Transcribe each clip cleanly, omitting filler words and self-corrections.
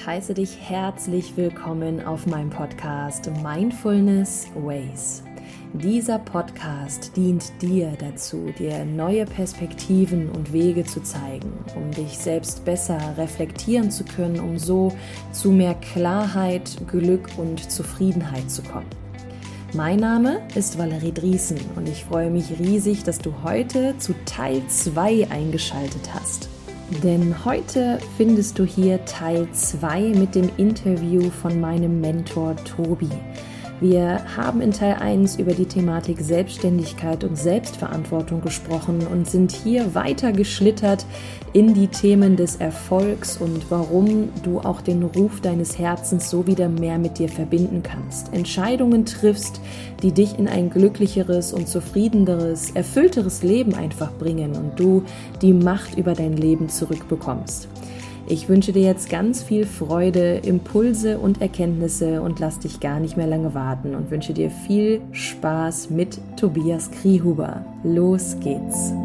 Ich heiße dich herzlich willkommen auf meinem Podcast Mindfulness Ways. Dieser Podcast dient dir dazu, dir neue Perspektiven und Wege zu zeigen, um dich selbst besser reflektieren zu können, um so zu mehr Klarheit, Glück und Zufriedenheit zu kommen. Mein Name ist Valerie Driesen und ich freue mich riesig, dass du heute zu Teil 2 eingeschaltet hast. Denn heute findest du hier Teil 2 mit dem Interview von meinem Mentor Tobi. Wir haben in Teil 1 über die Thematik Selbstständigkeit und Selbstverantwortung gesprochen und sind hier weiter geschlittert in die Themen des Erfolgs und warum du auch den Ruf deines Herzens so wieder mehr mit dir verbinden kannst. Entscheidungen triffst, die dich in ein glücklicheres und zufriedeneres, erfüllteres Leben einfach bringen und du die Macht über dein Leben zurückbekommst. Ich wünsche dir jetzt ganz viel Freude, Impulse und Erkenntnisse und lass dich gar nicht mehr lange warten und wünsche dir viel Spaß mit Tobias Kriehuber. Los geht's!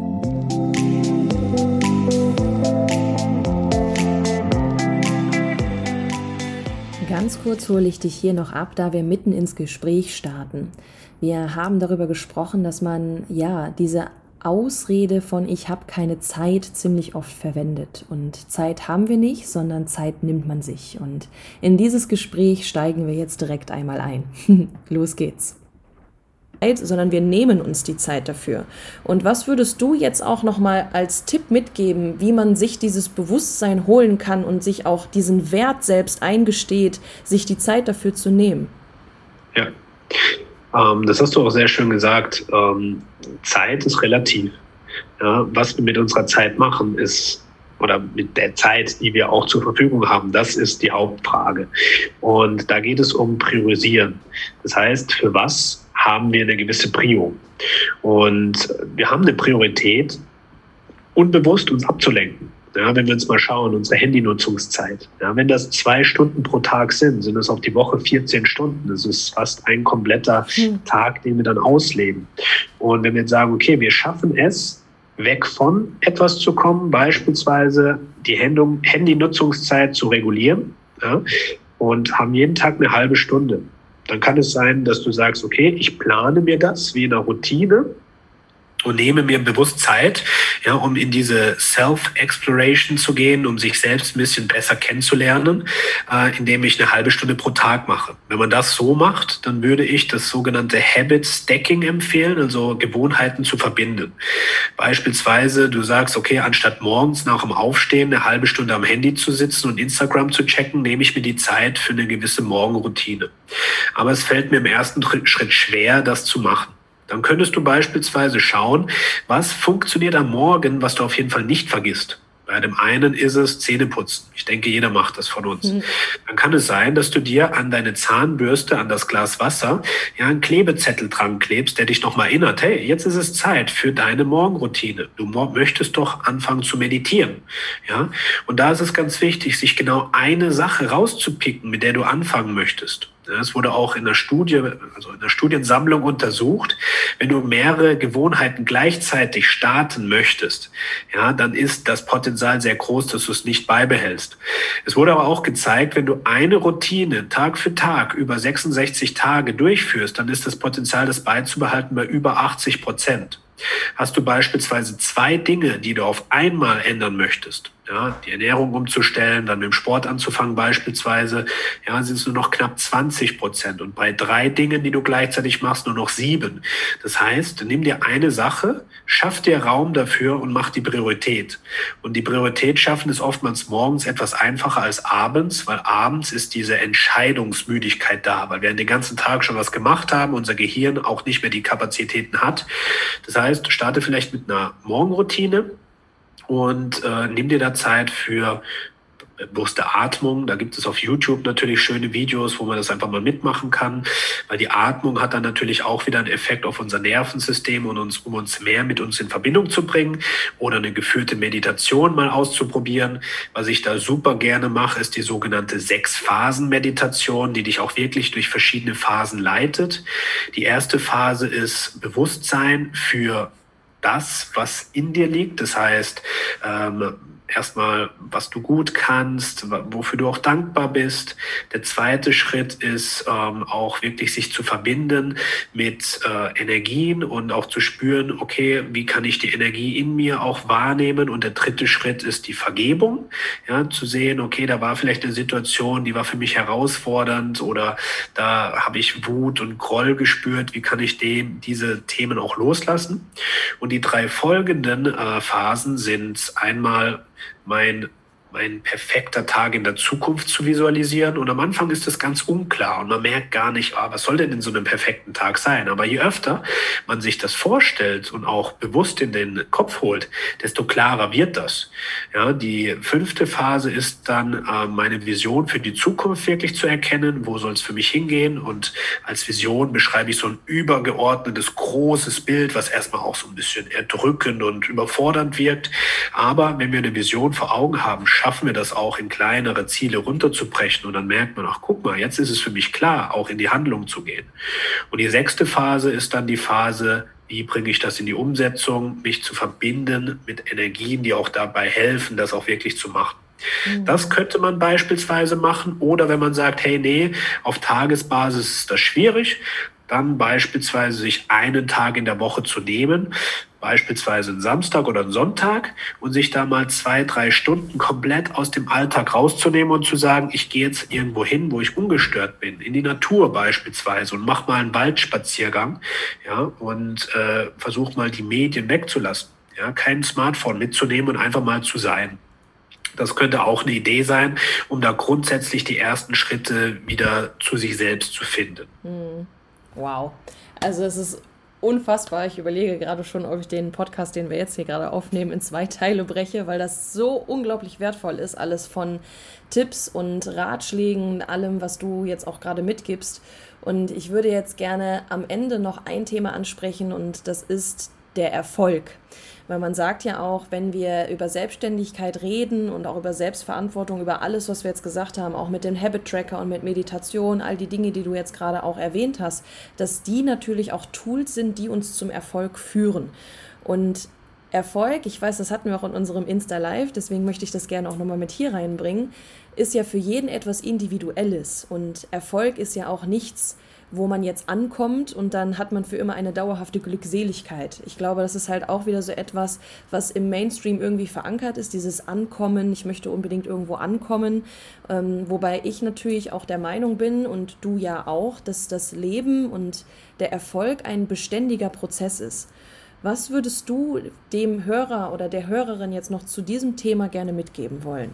Ganz kurz hole ich dich hier noch ab, da wir mitten ins Gespräch starten. Wir haben darüber gesprochen, dass man diese Ausrede von ich habe keine Zeit ziemlich oft verwendet. Und Zeit haben wir nicht, sondern Zeit nimmt man sich. Und in dieses Gespräch steigen wir jetzt direkt einmal ein. Los geht's. Sondern wir nehmen uns die Zeit dafür. Und was würdest du jetzt auch nochmal als Tipp mitgeben, wie man sich dieses Bewusstsein holen kann und sich auch diesen Wert selbst eingesteht, sich die Zeit dafür zu nehmen? Ja. Das hast du auch sehr schön gesagt. Zeit ist relativ. Ja, was wir mit unserer Zeit machen, oder mit der Zeit, die wir auch zur Verfügung haben, das ist die Hauptfrage. Und da geht es um Priorisieren. Das heißt, für was haben wir eine gewisse Prio? Und wir haben eine Priorität, unbewusst uns abzulenken. Ja, wenn wir uns mal schauen, unsere Handynutzungszeit. Ja, wenn das 2 Stunden pro Tag sind es auf die Woche 14 Stunden. Das ist fast ein kompletter Tag, den wir dann ausleben. Und wenn wir jetzt sagen, okay, wir schaffen es, weg von etwas zu kommen, beispielsweise die Handynutzungszeit zu regulieren, und haben jeden Tag eine halbe Stunde, dann kann es sein, dass du sagst, okay, ich plane mir das wie in einer Routine und nehme mir bewusst Zeit, um in diese Self-Exploration zu gehen, um sich selbst ein bisschen besser kennenzulernen, indem ich eine halbe Stunde pro Tag mache. Wenn man das so macht, dann würde ich das sogenannte Habit Stacking empfehlen, also Gewohnheiten zu verbinden. Beispielsweise, du sagst, okay, anstatt morgens nach dem Aufstehen eine halbe Stunde am Handy zu sitzen und Instagram zu checken, nehme ich mir die Zeit für eine gewisse Morgenroutine. Aber es fällt mir im ersten Schritt schwer, das zu machen. Dann könntest du beispielsweise schauen, was funktioniert am Morgen, was du auf jeden Fall nicht vergisst. Bei dem einen ist es Zähneputzen. Ich denke, jeder macht das von uns. Dann kann es sein, dass du dir an deine Zahnbürste, an das Glas Wasser, einen Klebezettel dran klebst, der dich nochmal erinnert, hey, jetzt ist es Zeit für deine Morgenroutine. Du möchtest doch anfangen zu meditieren. Ja? Und da ist es ganz wichtig, sich genau eine Sache rauszupicken, mit der du anfangen möchtest. Es wurde auch in der Studie, also in der Studiensammlung untersucht, wenn du mehrere Gewohnheiten gleichzeitig starten möchtest, dann ist das Potenzial sehr groß, dass du es nicht beibehältst. Es wurde aber auch gezeigt, wenn du eine Routine Tag für Tag über 66 Tage durchführst, dann ist das Potenzial, das beizubehalten, bei über 80%. Hast du beispielsweise 2 Dinge, die du auf einmal ändern möchtest, die Ernährung umzustellen, dann mit dem Sport anzufangen beispielsweise, sind es nur noch knapp 20%. Und bei 3 Dingen, die du gleichzeitig machst, nur noch 7. Das heißt, nimm dir eine Sache, schaff dir Raum dafür und mach die Priorität. Und die Priorität schaffen ist oftmals morgens etwas einfacher als abends, weil abends ist diese Entscheidungsmüdigkeit da, weil wir den ganzen Tag schon was gemacht haben, unser Gehirn auch nicht mehr die Kapazitäten hat. Das heißt, starte vielleicht mit einer Morgenroutine und nimm dir da Zeit für bewusste Atmung. Da gibt es auf YouTube natürlich schöne Videos, wo man das einfach mal mitmachen kann, weil die Atmung hat dann natürlich auch wieder einen Effekt auf unser Nervensystem und um uns mehr mit uns in Verbindung zu bringen oder eine geführte Meditation mal auszuprobieren. Was ich da super gerne mache, ist die sogenannte 6-Phasen-Meditation, die dich auch wirklich durch verschiedene Phasen leitet. Die erste Phase ist Bewusstsein für das, was in dir liegt. Das heißt, erstmal, was du gut kannst, wofür du auch dankbar bist. Der zweite Schritt ist auch wirklich sich zu verbinden mit Energien und auch zu spüren, okay, wie kann ich die Energie in mir auch wahrnehmen? Und der dritte Schritt ist die Vergebung, ja, zu sehen, okay, da war vielleicht eine Situation, die war für mich herausfordernd oder da habe ich Wut und Groll gespürt. Wie kann ich diese Themen auch loslassen? Und die drei folgenden Phasen sind einmal mein perfekter Tag in der Zukunft zu visualisieren. Und am Anfang ist das ganz unklar und man merkt gar nicht, was soll denn in so einem perfekten Tag sein? Aber je öfter man sich das vorstellt und auch bewusst in den Kopf holt, desto klarer wird das. Ja, die 5. Phase ist dann meine Vision für die Zukunft wirklich zu erkennen. Wo soll es für mich hingehen? Und als Vision beschreibe ich so ein übergeordnetes, großes Bild, was erstmal auch so ein bisschen erdrückend und überfordernd wirkt. Aber wenn wir eine Vision vor Augen haben, schaffen wir das auch in kleinere Ziele runterzubrechen und dann merkt man, ach guck mal, jetzt ist es für mich klar, auch in die Handlung zu gehen. Und die 6. Phase ist dann die Phase, wie bringe ich das in die Umsetzung, mich zu verbinden mit Energien, die auch dabei helfen, das auch wirklich zu machen. Das könnte man beispielsweise machen oder wenn man sagt, hey, nee, auf Tagesbasis ist das schwierig, dann beispielsweise sich einen Tag in der Woche zu nehmen, beispielsweise einen Samstag oder einen Sonntag und sich da mal 2-3 Stunden komplett aus dem Alltag rauszunehmen und zu sagen, ich gehe jetzt irgendwo hin, wo ich ungestört bin, in die Natur beispielsweise und mach mal einen Waldspaziergang, ja, und versuch mal die Medien wegzulassen, ja, kein Smartphone mitzunehmen und einfach mal zu sein. Das könnte auch eine Idee sein, um da grundsätzlich die ersten Schritte wieder zu sich selbst zu finden. Wow, also es ist unfassbar. Ich überlege gerade schon, ob ich den Podcast, den wir jetzt hier gerade aufnehmen, in 2 Teile breche, weil das so unglaublich wertvoll ist. Alles von Tipps und Ratschlägen, allem, was du jetzt auch gerade mitgibst. Und ich würde jetzt gerne am Ende noch ein Thema ansprechen und das ist der Erfolg. Weil man sagt ja auch, wenn wir über Selbstständigkeit reden und auch über Selbstverantwortung, über alles, was wir jetzt gesagt haben, auch mit dem Habit Tracker und mit Meditation, all die Dinge, die du jetzt gerade auch erwähnt hast, dass die natürlich auch Tools sind, die uns zum Erfolg führen. Und Erfolg, ich weiß, das hatten wir auch in unserem Insta-Live, deswegen möchte ich das gerne auch nochmal mit hier reinbringen, ist ja für jeden etwas Individuelles. Und Erfolg ist ja auch nichts, wo man jetzt ankommt und dann hat man für immer eine dauerhafte Glückseligkeit. Ich glaube, das ist halt auch wieder so etwas, was im Mainstream irgendwie verankert ist, dieses Ankommen, ich möchte unbedingt irgendwo ankommen, wobei ich natürlich auch der Meinung bin und du ja auch, dass das Leben und der Erfolg ein beständiger Prozess ist. Was würdest du dem Hörer oder der Hörerin jetzt noch zu diesem Thema gerne mitgeben wollen?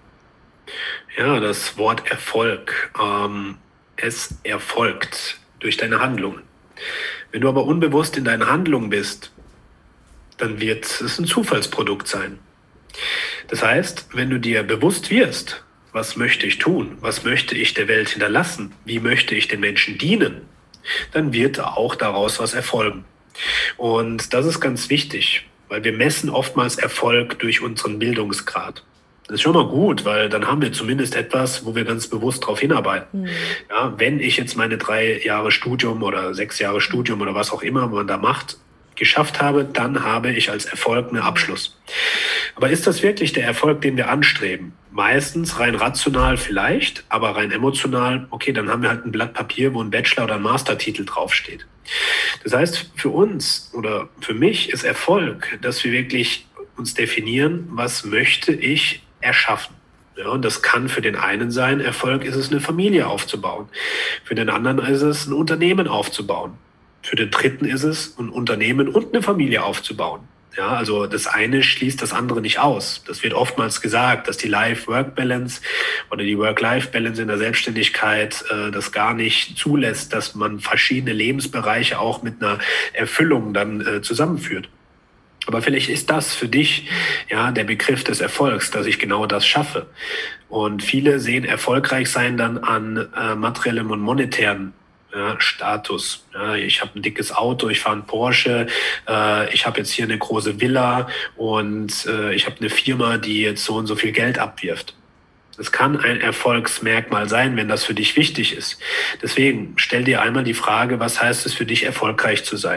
Ja, das Wort Erfolg. Es erfolgt durch deine Handlungen. Wenn du aber unbewusst in deinen Handlungen bist, dann wird es ein Zufallsprodukt sein. Das heißt, wenn du dir bewusst wirst, was möchte ich tun, was möchte ich der Welt hinterlassen, wie möchte ich den Menschen dienen, dann wird auch daraus was erfolgen. Und das ist ganz wichtig, weil wir messen oftmals Erfolg durch unseren Bildungsgrad. Das ist schon mal gut, weil dann haben wir zumindest etwas, wo wir ganz bewusst darauf hinarbeiten. Ja, wenn ich jetzt meine 3 Jahre Studium oder 6 Jahre Studium oder was auch immer man da macht, geschafft habe, dann habe ich als Erfolg einen Abschluss. Aber ist das wirklich der Erfolg, den wir anstreben? Meistens rein rational vielleicht, aber rein emotional, okay, dann haben wir halt ein Blatt Papier, wo ein Bachelor- oder ein Mastertitel draufsteht. Das heißt, für uns oder für mich ist Erfolg, dass wir wirklich uns definieren, was möchte ich erschaffen. Ja, und das kann für den einen sein, Erfolg ist es, eine Familie aufzubauen. Für den anderen ist es, ein Unternehmen aufzubauen. Für den dritten ist es, ein Unternehmen und eine Familie aufzubauen. Ja, also das eine schließt das andere nicht aus. Das wird oftmals gesagt, dass die Life-Work-Balance oder die Work-Life-Balance in der Selbstständigkeit das gar nicht zulässt, dass man verschiedene Lebensbereiche auch mit einer Erfüllung dann zusammenführt. Aber vielleicht ist das für dich ja der Begriff des Erfolgs, dass ich genau das schaffe. Und viele sehen erfolgreich sein dann an materiellem und monetären Status. Ja, ich habe ein dickes Auto, ich fahre einen Porsche, ich habe jetzt hier eine große Villa und ich habe eine Firma, die jetzt so und so viel Geld abwirft. Das kann ein Erfolgsmerkmal sein, wenn das für dich wichtig ist. Deswegen stell dir einmal die Frage, was heißt es für dich, erfolgreich zu sein?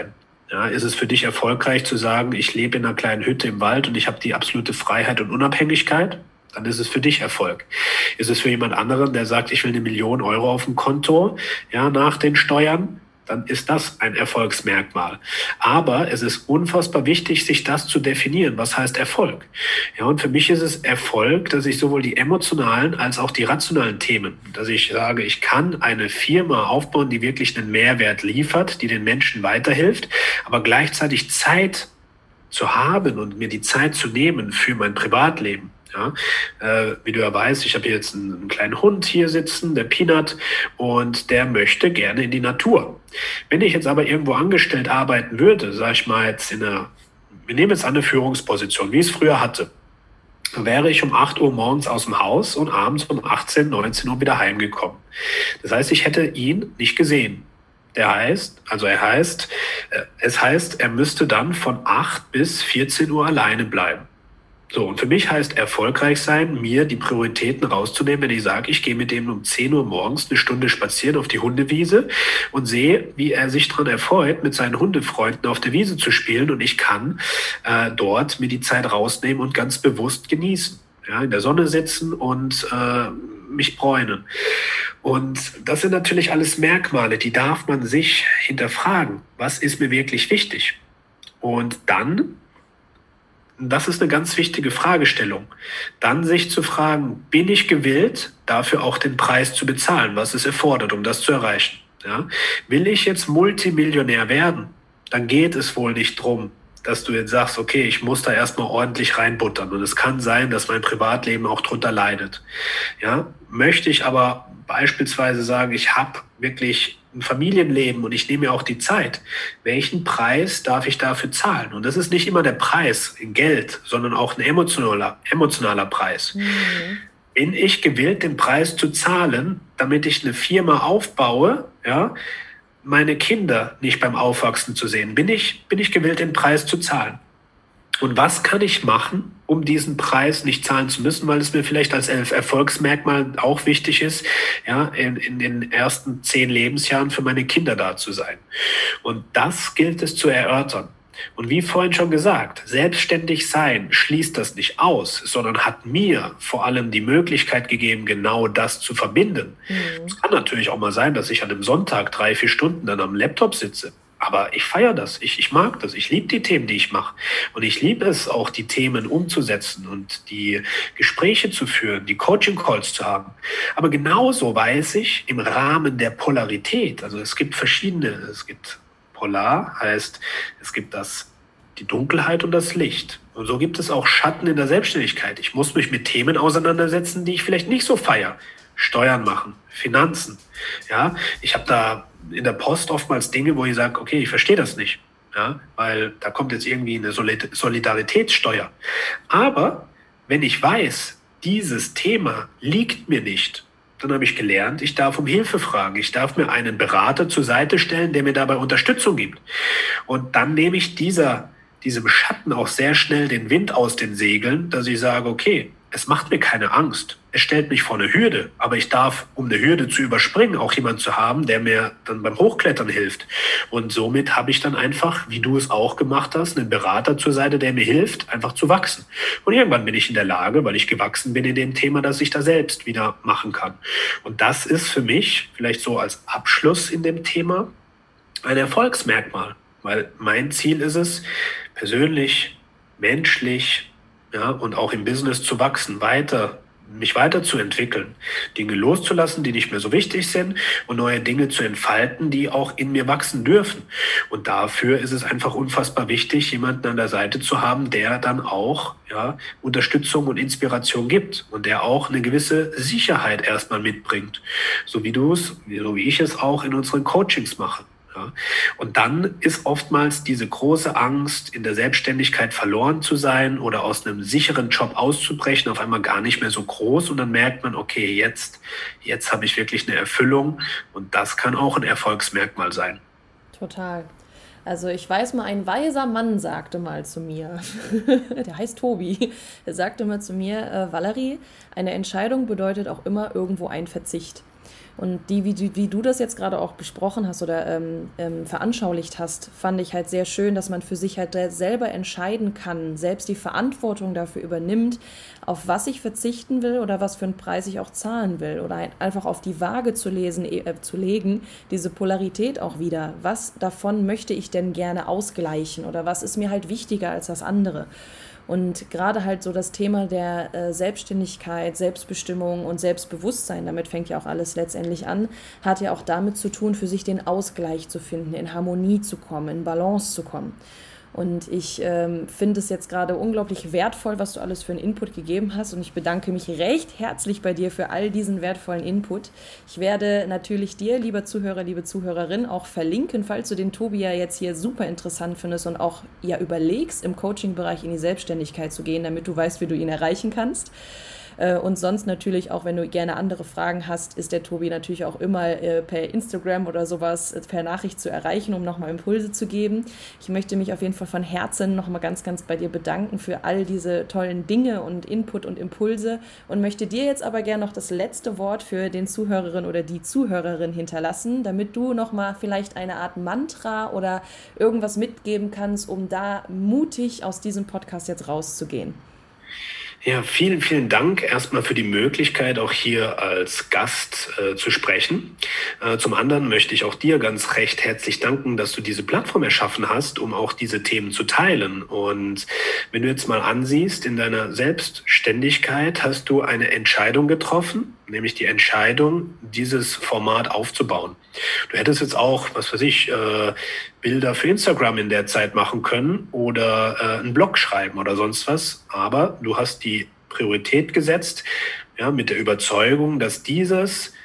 Ja, ist es für dich erfolgreich zu sagen, ich lebe in einer kleinen Hütte im Wald und ich habe die absolute Freiheit und Unabhängigkeit? Dann ist es für dich Erfolg. Ist es für jemand anderen, der sagt, ich will 1.000.000 € auf dem Konto, ja, nach den Steuern? Dann ist das ein Erfolgsmerkmal. Aber es ist unfassbar wichtig, sich das zu definieren. Was heißt Erfolg? Ja, und für mich ist es Erfolg, dass ich sowohl die emotionalen als auch die rationalen Themen, dass ich sage, ich kann eine Firma aufbauen, die wirklich einen Mehrwert liefert, die den Menschen weiterhilft, aber gleichzeitig Zeit zu haben und mir die Zeit zu nehmen für mein Privatleben. Ja, wie du ja weißt, ich habe hier jetzt einen kleinen Hund hier sitzen, der Peanut, und der möchte gerne in die Natur. Wenn ich jetzt aber irgendwo angestellt arbeiten würde, sage ich mal jetzt wir nehmen jetzt eine Führungsposition, wie ich es früher hatte, dann wäre ich um 8 Uhr morgens aus dem Haus und abends um 18, 19 Uhr wieder heimgekommen. Das heißt, ich hätte ihn nicht gesehen. Es heißt, er müsste dann von 8 bis 14 Uhr alleine bleiben. So, und für mich heißt erfolgreich sein, mir die Prioritäten rauszunehmen, wenn ich sage, ich gehe mit dem um 10 Uhr morgens 1 Stunde spazieren auf die Hundewiese und sehe, wie er sich daran erfreut, mit seinen Hundefreunden auf der Wiese zu spielen, und ich kann dort mir die Zeit rausnehmen und ganz bewusst genießen. Ja, in der Sonne sitzen und mich bräunen. Und das sind natürlich alles Merkmale, die darf man sich hinterfragen. Was ist mir wirklich wichtig? Und dann, das ist eine ganz wichtige Fragestellung, dann sich zu fragen, bin ich gewillt, dafür auch den Preis zu bezahlen, was es erfordert, um das zu erreichen? Ja? Will ich jetzt Multimillionär werden, dann geht es wohl nicht drum, dass du jetzt sagst, okay, ich muss da erstmal ordentlich reinbuttern, und es kann sein, dass mein Privatleben auch drunter leidet. Ja? Möchte ich aber beispielsweise sagen, ich habe wirklich ein Familienleben und ich nehme mir auch die Zeit, welchen Preis darf ich dafür zahlen? Und das ist nicht immer der Preis in Geld, sondern auch ein emotionaler Preis. Bin ich gewillt, den Preis zu zahlen, damit ich eine Firma aufbaue, ja, meine Kinder nicht beim Aufwachsen zu sehen? Bin ich gewillt, den Preis zu zahlen? Und was kann ich machen, um diesen Preis nicht zahlen zu müssen, weil es mir vielleicht als Erfolgsmerkmal auch wichtig ist, ja, in den ersten 10 Lebensjahren für meine Kinder da zu sein. Und das gilt es zu erörtern. Und wie vorhin schon gesagt, selbstständig sein schließt das nicht aus, sondern hat mir vor allem die Möglichkeit gegeben, genau das zu verbinden. Es kann natürlich auch mal sein, dass ich an einem Sonntag 3, 4 Stunden dann am Laptop sitze. Aber ich feiere das, ich mag das, ich liebe die Themen, die ich mache. Und ich liebe es auch, die Themen umzusetzen und die Gespräche zu führen, die Coaching-Calls zu haben. Aber genauso weiß ich, im Rahmen der Polarität, also es gibt verschiedene, es gibt Polar, heißt, es gibt die Dunkelheit und das Licht. Und so gibt es auch Schatten in der Selbstständigkeit. Ich muss mich mit Themen auseinandersetzen, die ich vielleicht nicht so feiere. Steuern machen, Finanzen. Ja, ich habe da in der Post oftmals Dinge, wo ich sage, okay, ich verstehe das nicht, ja, weil da kommt jetzt irgendwie eine Solidaritätssteuer. Aber wenn ich weiß, dieses Thema liegt mir nicht, dann habe ich gelernt, ich darf um Hilfe fragen. Ich darf mir einen Berater zur Seite stellen, der mir dabei Unterstützung gibt. Und dann nehme ich diesem Schatten auch sehr schnell den Wind aus den Segeln, dass ich sage, okay, es macht mir keine Angst. Es stellt mich vor eine Hürde, aber ich darf, um eine Hürde zu überspringen, auch jemanden zu haben, der mir dann beim Hochklettern hilft. Und somit habe ich dann einfach, wie du es auch gemacht hast, einen Berater zur Seite, der mir hilft, einfach zu wachsen. Und irgendwann bin ich in der Lage, weil ich gewachsen bin in dem Thema, dass ich da selbst wieder machen kann. Und das ist für mich vielleicht so als Abschluss in dem Thema ein Erfolgsmerkmal, weil mein Ziel ist es, persönlich, menschlich, ja, und auch im Business zu wachsen, mich weiterzuentwickeln, Dinge loszulassen, die nicht mehr so wichtig sind, und neue Dinge zu entfalten, die auch in mir wachsen dürfen. Und dafür ist es einfach unfassbar wichtig, jemanden an der Seite zu haben, der dann auch, ja, Unterstützung und Inspiration gibt und der auch eine gewisse Sicherheit erstmal mitbringt, so wie ich es auch in unseren Coachings mache. Ja. Und dann ist oftmals diese große Angst, in der Selbstständigkeit verloren zu sein oder aus einem sicheren Job auszubrechen, auf einmal gar nicht mehr so groß. Und dann merkt man, okay, jetzt habe ich wirklich eine Erfüllung, und das kann auch ein Erfolgsmerkmal sein. Total. Also ich weiß mal, ein weiser Mann sagte mal zu mir, der heißt Tobi, er sagte mal zu mir, Valerie, eine Entscheidung bedeutet auch immer irgendwo ein Verzicht. Und wie du das jetzt gerade auch besprochen hast oder veranschaulicht hast, fand ich halt sehr schön, dass man für sich halt selber entscheiden kann, selbst die Verantwortung dafür übernimmt, auf was ich verzichten will oder was für einen Preis ich auch zahlen will oder halt einfach auf die Waage zu legen, diese Polarität auch wieder. Was davon möchte ich denn gerne ausgleichen oder was ist mir halt wichtiger als das andere? Und gerade halt so das Thema der Selbstständigkeit, Selbstbestimmung und Selbstbewusstsein, damit fängt ja auch alles letztendlich an, hat ja auch damit zu tun, für sich den Ausgleich zu finden, in Harmonie zu kommen, in Balance zu kommen. Und ich finde es jetzt gerade unglaublich wertvoll, was du alles für einen Input gegeben hast. Und ich bedanke mich recht herzlich bei dir für all diesen wertvollen Input. Ich werde natürlich dir, lieber Zuhörer, liebe Zuhörerin, auch verlinken, falls du den Tobi ja jetzt hier super interessant findest und auch ja überlegst, im Coaching-Bereich in die Selbstständigkeit zu gehen, damit du weißt, wie du ihn erreichen kannst. Und sonst natürlich auch, wenn du gerne andere Fragen hast, ist der Tobi natürlich auch immer per Instagram oder sowas per Nachricht zu erreichen, um nochmal Impulse zu geben. Ich möchte mich auf jeden Fall von Herzen nochmal ganz, ganz bei dir bedanken für all diese tollen Dinge und Input und Impulse und möchte dir jetzt aber gerne noch das letzte Wort für den Zuhörerin oder die Zuhörerin hinterlassen, damit du nochmal vielleicht eine Art Mantra oder irgendwas mitgeben kannst, um da mutig aus diesem Podcast jetzt rauszugehen. Ja, vielen, vielen Dank erstmal für die Möglichkeit, auch hier als Gast zu sprechen. Zum anderen möchte ich auch dir ganz recht herzlich danken, dass du diese Plattform erschaffen hast, um auch diese Themen zu teilen. Und wenn du jetzt mal ansiehst, in deiner Selbstständigkeit hast du eine Entscheidung getroffen, nämlich die Entscheidung, dieses Format aufzubauen. Du hättest jetzt auch, was weiß ich, Bilder für Instagram in der Zeit machen können oder einen Blog schreiben oder sonst was. Aber du hast die Priorität gesetzt, ja, mit der Überzeugung, dass dieser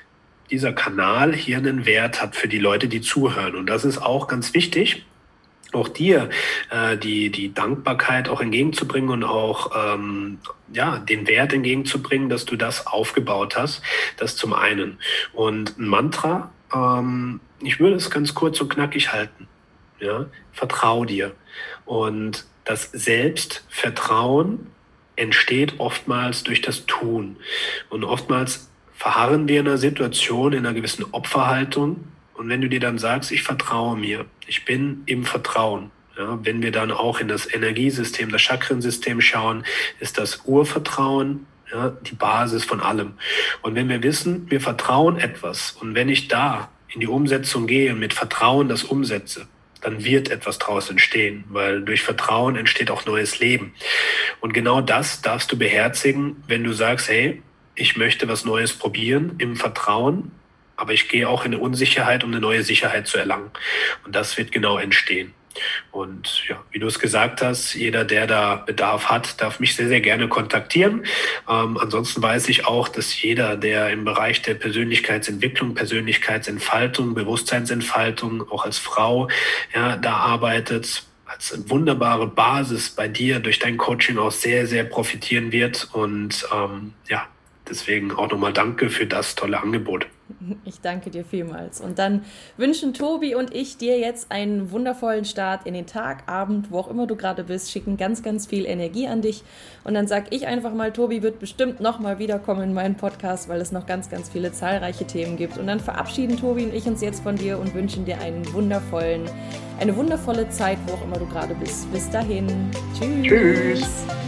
Kanal hier einen Wert hat für die Leute, die zuhören. Und das ist auch ganz wichtig, auch dir die Dankbarkeit auch entgegenzubringen und auch den Wert entgegenzubringen, dass du das aufgebaut hast. Das zum einen. Und ein Mantra, ich würde es ganz kurz und knackig halten. Ja? Vertrau dir. Und das Selbstvertrauen entsteht oftmals durch das Tun. Und oftmals verharren wir in einer Situation, in einer gewissen Opferhaltung. Und wenn du dir dann sagst, ich vertraue mir, ich bin im Vertrauen. Ja, wenn wir dann auch in das Energiesystem, das Chakrensystem schauen, ist das Urvertrauen, ja, die Basis von allem. Und wenn wir wissen, wir vertrauen etwas und wenn ich da in die Umsetzung gehe und mit Vertrauen das umsetze, dann wird etwas daraus entstehen, weil durch Vertrauen entsteht auch neues Leben. Und genau das darfst du beherzigen, wenn du sagst, hey, ich möchte was Neues probieren im Vertrauen, aber ich gehe auch in eine Unsicherheit, um eine neue Sicherheit zu erlangen. Und das wird genau entstehen. Und ja, wie du es gesagt hast, jeder, der da Bedarf hat, darf mich sehr, sehr gerne kontaktieren. Ansonsten weiß ich auch, dass jeder, der im Bereich der Persönlichkeitsentwicklung, Persönlichkeitsentfaltung, Bewusstseinsentfaltung, auch als Frau, ja, da arbeitet, als wunderbare Basis bei dir durch dein Coaching auch sehr, sehr profitieren wird. Und deswegen auch nochmal danke für das tolle Angebot. Ich danke dir vielmals. Und dann wünschen Tobi und ich dir jetzt einen wundervollen Start in den Tag, Abend, wo auch immer du gerade bist, schicken ganz, ganz viel Energie an dich. Und dann sag ich einfach mal, Tobi wird bestimmt nochmal wiederkommen in meinen Podcast, weil es noch ganz, ganz viele zahlreiche Themen gibt. Und dann verabschieden Tobi und ich uns jetzt von dir und wünschen dir eine wundervolle Zeit, wo auch immer du gerade bist. Bis dahin. Tschüss. Tschüss.